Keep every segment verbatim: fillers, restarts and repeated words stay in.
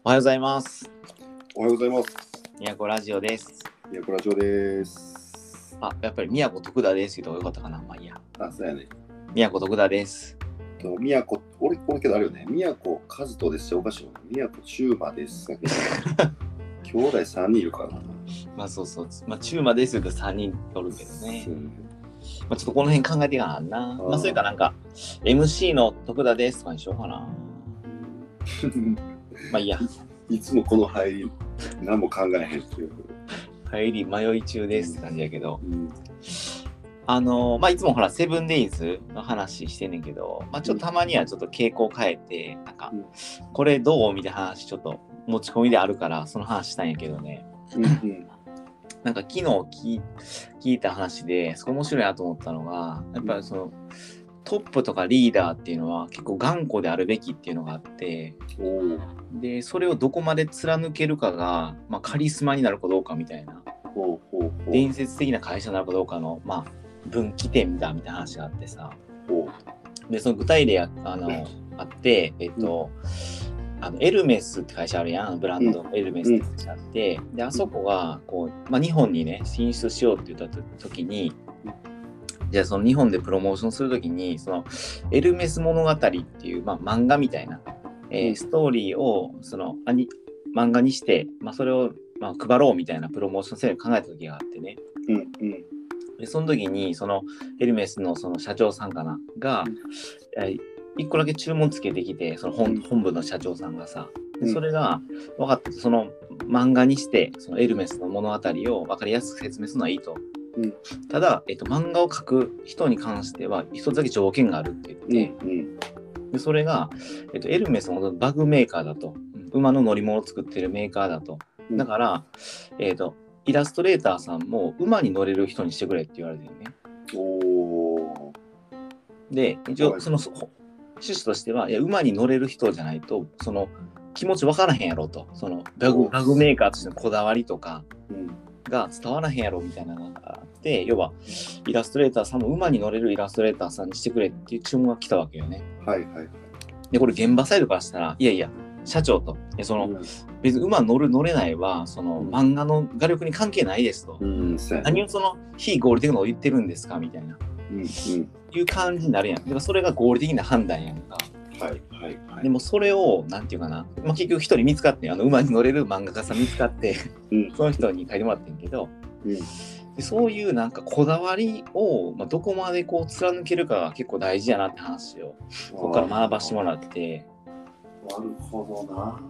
おはようございます。 おはようございます。 宮古ラジオです。 宮古ラジオです。 あ、やっぱり宮古徳田ですけどよかったかな。まあいいや。 あ、そうやね。 宮古徳田です。 と宮古、俺、俺けどあるよね。宮古和人ですよ。おかしいよ。宮古中馬です。兄弟さんにんいるからな。 まあそうそう。まあ中馬ですけどさんにんおるけどね。 うん、 まあちょっとこの辺考えていかなあんな。あまあそれかなんか エムシー の徳田ですとかにしようかな。まあいいや。 いつもこの入り、何も考えへんっていう。 入り迷い中ですって感じやけど。 うん、 あのー、まあいつもほらセブンデイズの話してんねんけど、まあちょっとたまにはちょっと傾向変えて、なんか、これどうみたいな話ちょっと持ち込みであるから、その話したんやけどね。 うんうん、 なんか昨日聞い、聞いた話で、すごい面白いなと思ったのが、やっぱりその、トップとかリーダーっていうのは結構頑固であるべきっていうのがあって、 おで、それをどこまで貫けるかが、まあ、カリスマになるかどうかみたいな、 ほうほうほう伝説的な会社になるかどうかの、まあ、分岐点だみたいな話があってさ、 ほで、その具体例ああのあって、えっと、あのエルメスって会社あるやん、ブランドのエルメスって会社あって、うん、で、あそこがこう、まあ、日本にね、進出しようって言った時に、じゃあその日本でプロモーションするときに、そのエルメス物語っていう、まあ、漫画みたいな、えー、ストーリーをそのアニ漫画にして、まあ、それをまあ配ろうみたいなプロモーション戦略を考えた時があってね。 うんうん、 でその時にそのエルメスのその社長さんかなが、えー、一個だけ注文つけてきて、その 本, 本部の社長さんがさ、でそれが分かって、その漫画にしてそのエルメスの物語を分かりやすく説明するのはいいと。うん、ただ、えっと、漫画を描く人に関しては一つだけ条件があるって言って、うんうん、でそれが、えっと、エルメスのバグメーカーだと、馬の乗り物を作ってるメーカーだと、だから、えっと、イラストレーターさんも馬に乗れる人にしてくれって言われてるね。おで、一応その趣旨としては、いや馬に乗れる人じゃないとその気持ち分からへんやろと、そのバグ、バグメーカーとしてのこだわりとか、うんが伝わらへんやろみたいなのがあって、要はイラストレーターさんも馬に乗れるイラストレーターさんにしてくれっていう注文が来たわけよね。 はいはいはい。 でこれ現場サイドからしたら、いやいや社長と、その、うん、別に馬乗る乗れないはその漫画の画力に関係ないですと、うん、何をその非合理的なことを言ってるんですかみたいな、うんうん、いう感じになるやん。でもそれが合理的な判断やんか。はいはいはい、でもそれをなんていうかな、まあ、結局一人見つかって、あの馬に乗れる漫画家さん見つかって、うん、その人に書いてもらってんけど、うん、でそういうなんかこだわりを、まあ、どこまでこう貫けるかが結構大事やなって話をここから学ばしてもらって。 なるほどな。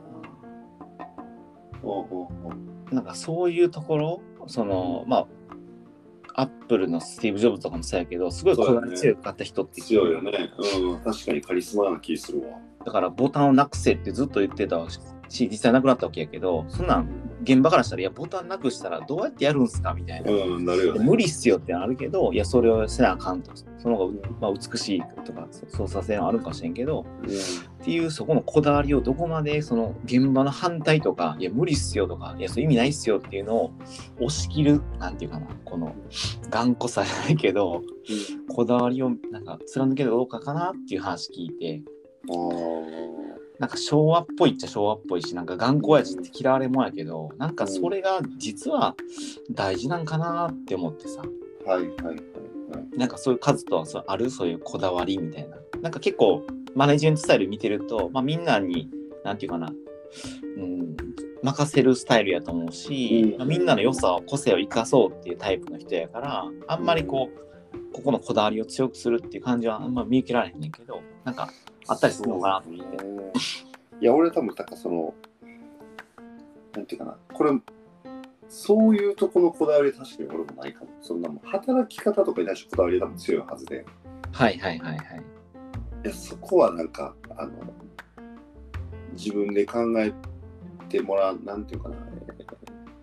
おおおなんかそういうところ、そのまあアップルのスティーブ・ジョブズとかもそうやけど、すごいこだわり強かった人って、 ね、強いよね、うん。確かにカリスマな気するわ。 だからボタンをなくせってずっと言ってたし、実際なくなったわけやけど、そんなん現場からしたら、いやボタンなくしたらどうやってやるんすかみたいな、 うん、なるよね、 無理っすよってなるけど、いやそれをせなあかんと、その方が、まあ、美しいとか操作性はあるかもしれんけど、うん、っていうそこのこだわりをどこまでその現場の反対とか、いや無理っすよとか、いやそういう意味ないっすよっていうのを押し切る、なんていうかな、この頑固さじゃないけど、うん、こだわりをなんか貫けるかどうかかなっていう話聞いて、なんか昭和っぽいっちゃ昭和っぽいし、なんか頑固親父って嫌われもんやけど、なんかそれが実は大事なんかなって思ってさ、 はいはいはいはい、 なんかそういう数とはそうあるそういうこだわりみたいな、なんか結構マネジメントスタイル見てると、まあ、みんなになんていうかな、うん、任せるスタイルやと思うし、うんまあ、みんなの良さ個性を生かそうっていうタイプの人やから、あんまりこうここのこだわりを強くするっていう感じはあんま見受けられへんねんけど、なんかあったりするのかなと思って。 いや俺多分なんかそのなんていうかな、これそういうとこのこだわり確かに俺もないかも。そんなもん働き方とかに対してこだわり多分強いはずで。 はいはいはいはい。 いやそこはなんかあの自分で考えてもらう、なんていうかな、えー、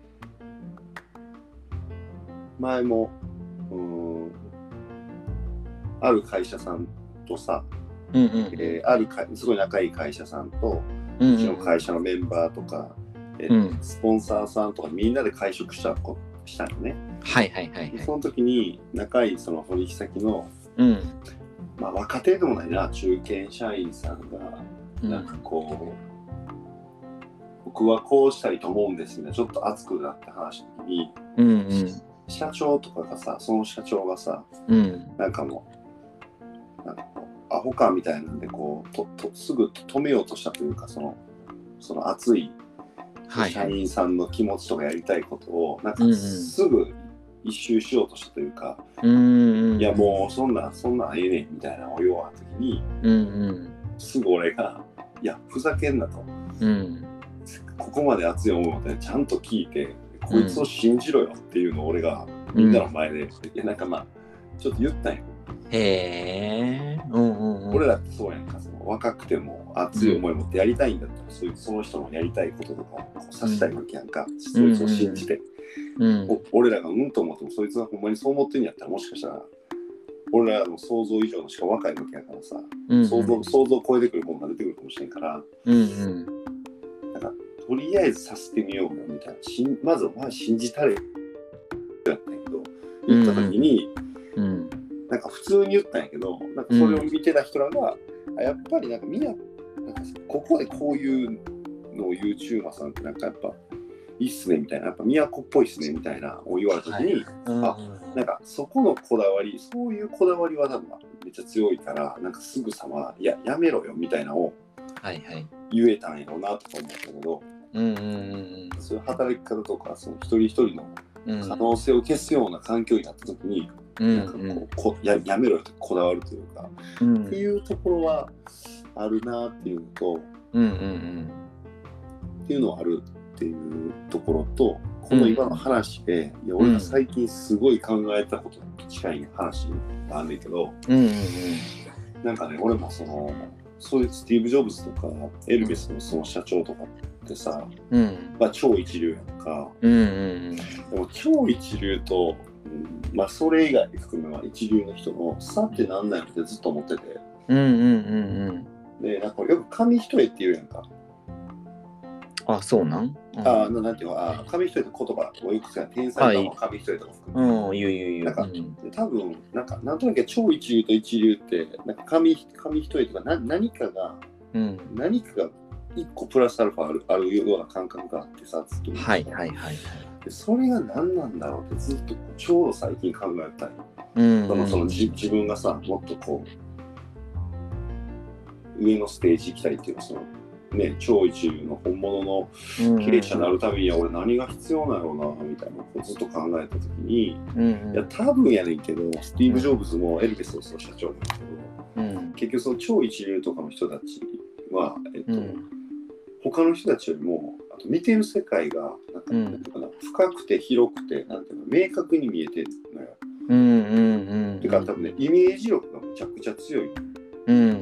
前もうーんある会社さんとさ、うんうんえー、あるかすごい仲いい会社さんと、うんうん、うちの会社のメンバーとか、えーうん、スポンサーさんとかみんなで会食したこしたのね。 はいはいはい、はい、 その時に仲いいその取引先の、うんまあ、若手でもないな中堅社員さんがなんかこ僕はこうしたいと思うんですね、ちょっと熱くなって話した時に、 うんうん、 社長とかがさ、その社長がさ、 うん、 なんかもうなんかこうアホかみたいなんでこうととすぐ止めようとしたというか、そのその熱い社員さんの気持ちとかやりたいことをなんかすぐ一周しようとしたというか、 うんうん、 いやもうそんなそんなんええねんみたいなのを言われた時に、うんうん、すぐ俺がいやふざけんなと、うん、ここまで熱い思いをちゃんと聞いてこいつを信じろよっていうのを俺がみんなの前で、うん、いやなんかまあちょっと言ったんよ。 へー、うんうんうん、 俺らってそうやんか、その若くても熱い思いを持ってやりたいんだったら、うん、そういうその人のやりたいこととかをさせたいわけやんか、うん、そいつを信じて、うん、俺らがうんと思ってもそいつがほんまにそう思ってんやったら、もしかしたら俺らの想像以上のしか若いわけやからさ、うんうん、想像想像を超えてくるものが出てくるかもしれんから、うんうん、なんかとりあえずさせてみようよみたいな、しんまずお前信じたれやったんやけど、言った時に、うんうん、なんか普通に言ったんやけど、なんかそれを見てた人らが、うん、やっぱりなんかみんな、なんかここでこういうのを言うチューマさんってなんかやっぱいいっすねみたいな、やっぱ都っぽいっすねみたいなを言われた時に、はいうん、あ、なんかそこのこだわり、そういうこだわりは多分めっちゃ強いから、なんかすぐさま、いや、やめろよみたいなのを言えたんやろうなとか思ったけど、うんうんうん、そういう働き方とか、その一人一人の可能性を消すような環境になった時に、うん、なんかこうこ や, やめろよってこだわるというか、うん、っていうところはあるなっていうのと、うんうんうん、っていうのはあるっていうところと、この今の話で、うん、いや俺が最近すごい考えたことと近い話があるんだけど、うんうんうん、なんかね、俺もそのそういうスティーブ・ジョブズとかエルビスのその社長とかってさ、うんまあ、超一流やんか、うんうんうん、でも超一流と、うんまあ、それ以外含めは一流の人の差ってなんないのってずっと思ってて、うんうんうんうん、でなんかよく紙一重って言うやんか。 あ、そうなん、 うん、あななんていうのあ紙一重って言葉をよく使う天才の紙一重とか含め、はい、うん言う言う言うなんか、うん、多分なんかなんとなく超一流と一流ってなんか紙紙一重とかな何かが、うん、何かが一個プラスアルファある、あるような感覚があってさ、ずっとはいはいはいはいでそれが何なんだろうってずっとちょうど最近考えたい、うんうん、そのそのじ自分がさもっとこう上のステージ行きたいっていうか、そのね、超一流の本物の経営者になるためには俺何が必要なのなみたいなのをずっと考えたときに、うんうん、いや多分やねんけどスティーブ・ジョブズもエルビスの社長なんだけど、うん、結局その超一流とかの人たちは、えっとうん、他の人たちよりもあと見てる世界がなんか、うん、なんていうかな深くて広くてなんていうの明確に見えてるのよ。うんうんうん、だから多分ねイメージ力がめちゃくちゃ強い。うんうんうん、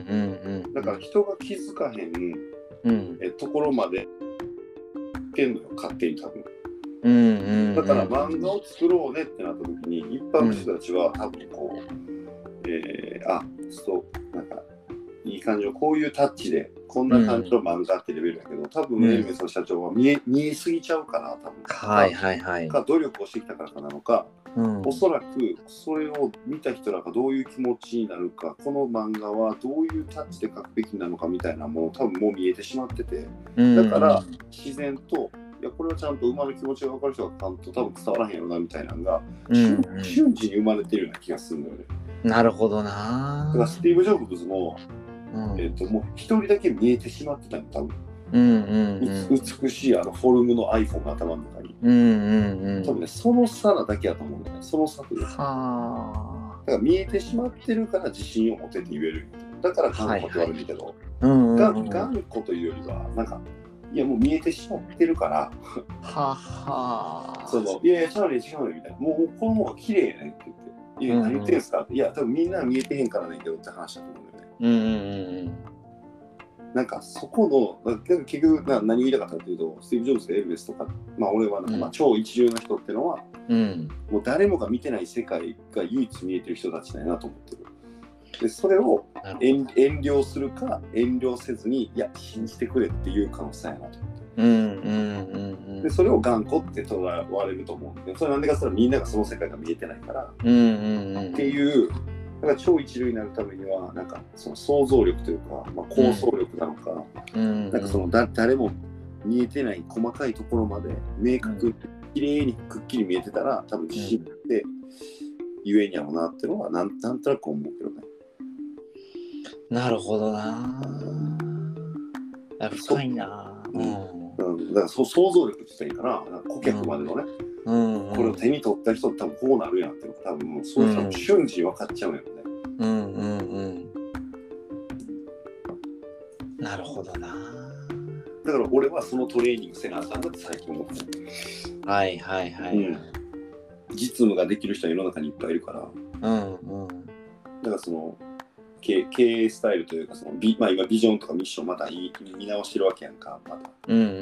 だから人が気づかへんうん、えところまでけんのよ勝手に多分、うんうんうん、だから漫画を作ろうねってなった時に一般の人たちは多分こう、えー、あそうなんかいい感じのこういうタッチでこんな感じの漫画ってレベルだけど、多分エルメスの社長は見え、見えすぎちゃうかな多分、 はいはいはい、 か努力をしてきたからかなのか、うん、おそらくそれを見た人らがどういう気持ちになるか、この漫画はどういうタッチで描くべきなのかみたいなもの多分もう見えてしまってて、だから自然といやこれはちゃんと馬の気持ちが分かる人がちゃんと多分伝わらへんよなみたいなのが、うんうん、瞬時に生まれてるような気がするのよね。 なるほどな。 だからスティーブ・ジョブズも、うんえー、ともう一人だけ見えてしまってたの多分、うんうんうん、美しいあのフォルムの iPhone の頭の中に、うんうんうん、多分ねその差なだけだと思うんだよね。その差というかだから見えてしまってるから自信を持てって言える。だから頑固って言われるけど、はいはい、頑固というよりはなんかいやもう見えてしまってるからははそのいやいや違うね違うねみたいな、もうこの方が綺麗やねんって言っていや何言ってんすかって、いや多分みんな見えてへんからねんけどって話だと思うんだよね。うんうんうん、なんかそこの結局な何を言いたかったかというと、スティーブ・ジョブズとエルベスとか、まあ俺はなんかまあ超一流の人ってのは、うん、もう誰もが見てない世界が唯一見えてる人たちだよなと思ってる。でそれを遠慮するか遠慮せずにいや信じてくれっていう可能性やなと思って、うんうんうんうん、でそれを頑固って捉えられると思うんで、それなんでかって言ったらみんながその世界が見えてないから、うんうんうん、っていうだから超一流になるためにはなんかその想像力というか、まあ、構想力なのか、うんうん、なんかそのだ誰も見えてない細かいところまで明確、うん、綺麗にくっきり見えてたら多分自信ってゆえんやろうなってのはなん、なんとなく思うけどね。 なるほどな。深いな。 うん。うん、だからそ想像力って言ったらいいかな。なんか顧客までのね、うんうん、これを手に取った人って多分こうなるやんっていうのが多分もうそうしたら瞬時に分かっちゃうよね。 うんうんうん。なるほどな。 だから俺はそのトレーニングせなあかんなって最近思ってる。 はいはいはい、うん。 実務ができる人は世の中にいっぱいいるから。うんうん。だからその経, 経営スタイルというかそのビ、まあ、今ビジョンとかミッションまた見直してるわけやんか。また。うんうんうん。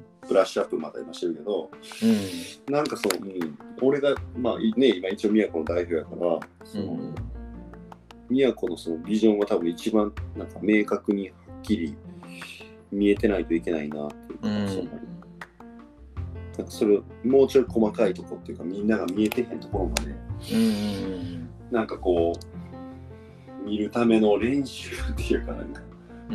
ブラッシュアップまた今してるけど、うん、なんかそう、うん、俺がまあね今一応宮古の代表やからその、うん、宮古のそのビジョンは多分一番なんか明確にはっきり見えてないといけないなっていうか、うん、そのなんかそれをもうちょい細かいところっていうかみんなが見えてへんところまで、うん、なんかこう見るための練習っていうかなんか、うん、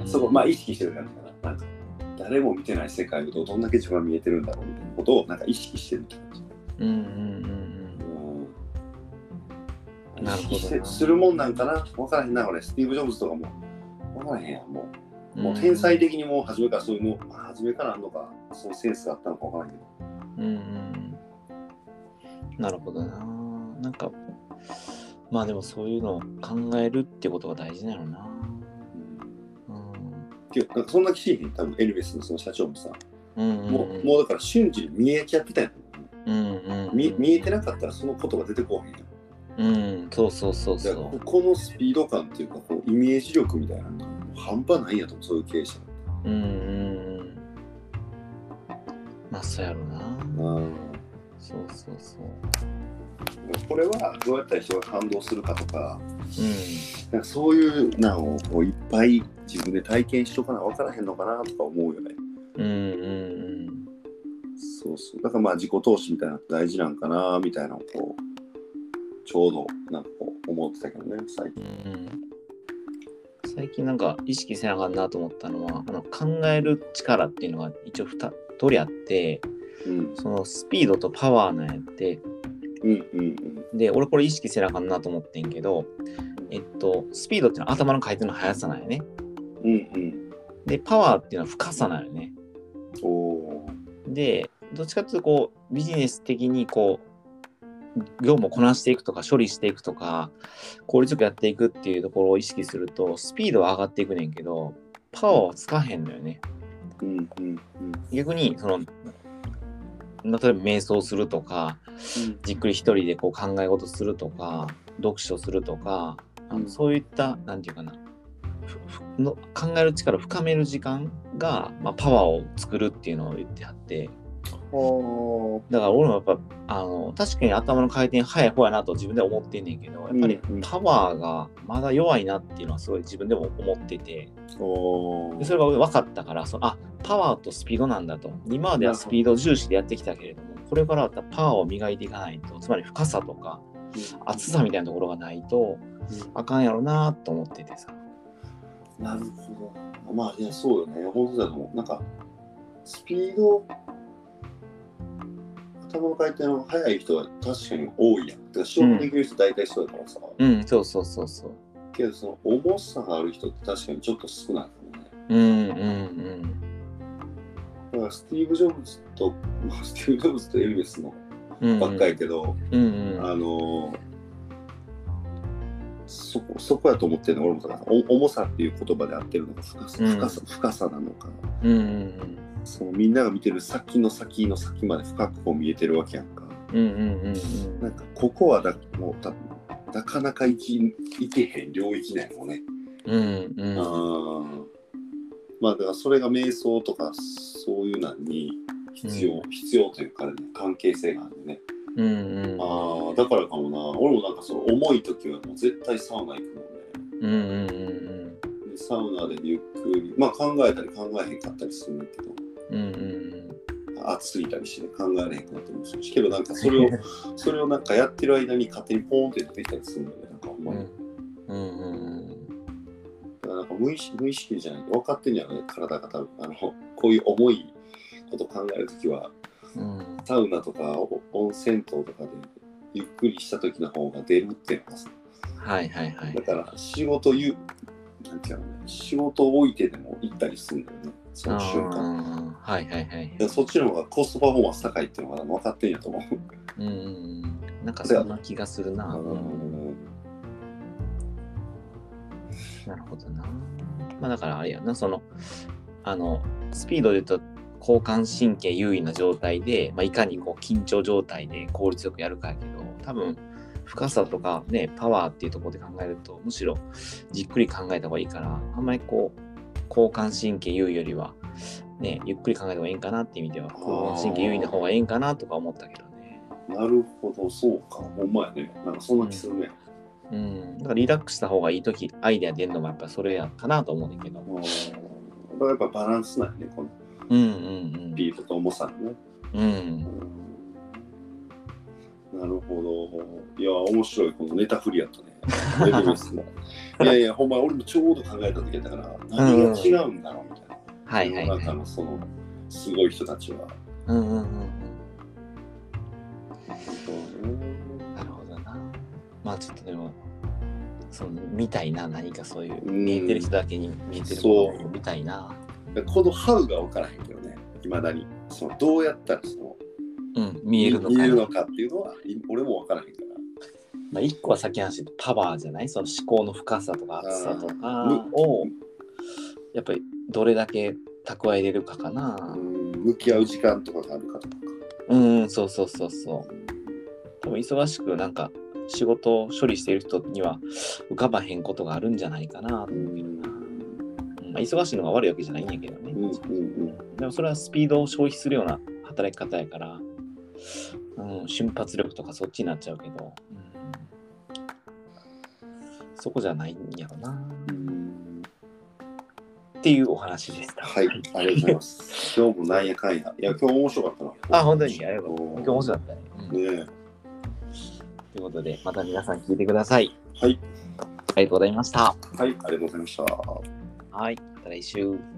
そこまあ意識してる感じかな。なんか誰も見てない世界をどんだけ自分は見えてるんだろうみたいなことをなんか意識してるって感じ。うんうんうんうん。なるほど。するもんなんかな分からへんな俺。スティーブ・ジョブズとかも分からへんやんもう。もう天才的にもう初めからそういうもう初めからあんのかそのセンスがあったのか分からへんけど。うんうん。 なるほどな。なんかまあでもそういうのを考えるってことが大事なのな。 なんかそんな気しへん多分エルメスのその社長もさ、うんうんうん、もうもうだから瞬時に見えちゃってたやん、うんうんうん、見, 見えてなかったらその言葉出てこへんやん。 うんそうそうそうそう。 このスピード感っていうかこのイメージ力みたいなのが半端ないやとそういう経営者。うんうんうん。 まあそうやろな。うん。そうそうそう。 これはどうやったら人が感動するかとか、うん、なんかそういうのをこういっぱい自分で体験しとかな分からへんのかなとか思うよね。うんうんうん。そうそう。だからまあ自己投資みたいなの大事なんかなみたいなのをこうちょうどなんかこう思ってたけどね最近。うん、 最近なんか意識せなあかんなと思ったのはあの考える力っていうのが一応ふた通りあって、うん、そのスピードとパワーなんやって。うんうんうん、で俺これ意識せなあかんなと思ってんけど、えっとスピードっていうのは頭の回転の速さなんよね。うんうん、でパワーっていうのは深さなんよね。おでどっちかっていうとこうビジネス的にこう業務をこなしていくとか処理していくとか効率よくやっていくっていうところを意識するとスピードは上がっていくねんけどパワーはつかへんのよね。うんうんうん、逆にその例えば瞑想するとか、うん、じっくり一人でこう考え事するとか読書するとか、うん、あのそういったなんていうかなの考える力を深める時間が、まあ、パワーを作るっていうのを言ってあってだから俺もやっぱあの確かに頭の回転早い方やなと自分では思ってんねんけどやっぱりパワーがまだ弱いなっていうのはすごい自分でも思ってて、うん、でそれが分かったからそのあパワーとスピードなんだと今まではスピード重視でやってきたけれどもこれからはパワーを磨いていかないとつまり深さとか厚さみたいなところがないとあかんやろなと思っててさ。 なるほど。まあいやそうよね本当だと思う。なんかスピード頭の回転の速い人は確かに多いやん。てか仕事できる人大体そうだからさ。 うん、うん、そうそうそうそう。 けどその重さがある人って確かにちょっと少ないかもね。 うんうんうん。 だからスティーブ・ジョブズと、まあ、スティーブ・ジョブズとエルメスのばっかりけど、うんうん、あのそこそこやと思ってるの俺もさ重さっていう言葉で合ってるのか深さ、うん、深さ深さなのか。うんうんうんそのみんなが見てる先の先の先まで深くこう見えてるわけやんか。うんうんうんうん、なんかここはだもう多分なかなか行き行けへん領域なんやろね。うんうん、あまあだからそれが瞑想とかそういうのに必要、うん、必要というか、ね、関係性があるね。うんうん、あだからかもな。俺もなんかその重い時はもう絶対サウナ行くもんね。うんうんうんうん、サウナでゆっくりまあ考えたり考えへんかったりするんだけど。うんうんうん、暑すぎたりして、ね、考えれへんくなってるしけどなんかそれをそれをなんかやってる間に勝手にポーンって出てきたりするのでなんかほんまに、うんうんうん、だからなんか無意識無意識じゃない分かってんじゃない体が多分あのこういう重いこと考えるときは、うん、サウナとか温泉湯とかでゆっくりした時の方が出るっていうのがさ、 はいはいはい、 だから仕事ゆなんていうのね、仕事を置いてでも行ったりするんだよね、その瞬間。 はいはいはい。 でそっちの方がコストパフォーマンス高いっていうのが分かってんやと思う。 うん、なんかそんな気がするな。うん、なるほどな。まあだからあれやな、そのあのスピードで言うと交感神経優位な状態で、まあ、いかにこう緊張状態で効率よくやるかやけど、多分深さとかねパワーっていうところで考えるとむしろじっくり考えた方がいいから、あんまりこう交感神経優位よりはねゆっくり考えた方がいいんかなっていう意味では交感神経優位の方がいいんかなとか思ったけどね。 なるほど、そうか、ほんまやね、なんかそんな気するね。 うん、うん、だからリラックスした方がいいときアイデア出るのもやっぱそれやかなと思うんだけど。だからやっぱバランスなんやね、このうんうんうん、 ビートと重さのね。うん、うん、なるほど。いや、面白い、このネタフリやったね。エルメスもいやいや、ほんま、俺もちょうど考えた時だから、何が違うんだろうみたいな。 はいはい、はい。 世の中のその、すごい人たちは。 うんうんうんうん。なるほどな。まあちょっとでも、その見たいな、何かそういう見えてる人だけに見えてるものを見たいな。 このハウが分からへんけどね、いまだに。そのどうやったらその、 うん、見えるのか見えるのかっていうのは、俺も分からへんから。 まあ、一個は先話してパワーじゃない？その思考の深さとか厚さとかを、やっぱりどれだけ蓄えれるかかな。 うん、向き合う時間とかがあるかとか。 うん、そうそうそうそう。多分忙しくなんか仕事を処理している人には浮かばへんことがあるんじゃないかなと思うけどな。うん、まあ、忙しいのが悪いわけじゃないんやけどね。うんうんうん、でもそれはスピードを消費するような働き方やから、うん、瞬発力とかそっちになっちゃうけど、うん、そこじゃないんやろな。うんっていうお話でした。 はい、ありがとうございます。今日もなんやかんや。いや、今日面白かったな。 あ、本当にありがとう。今日面白かったね。うん、ね。ということで、また皆さん聞いてください。 はい。 ありがとうございました。 はい、ありがとうございました。 はい、また来週。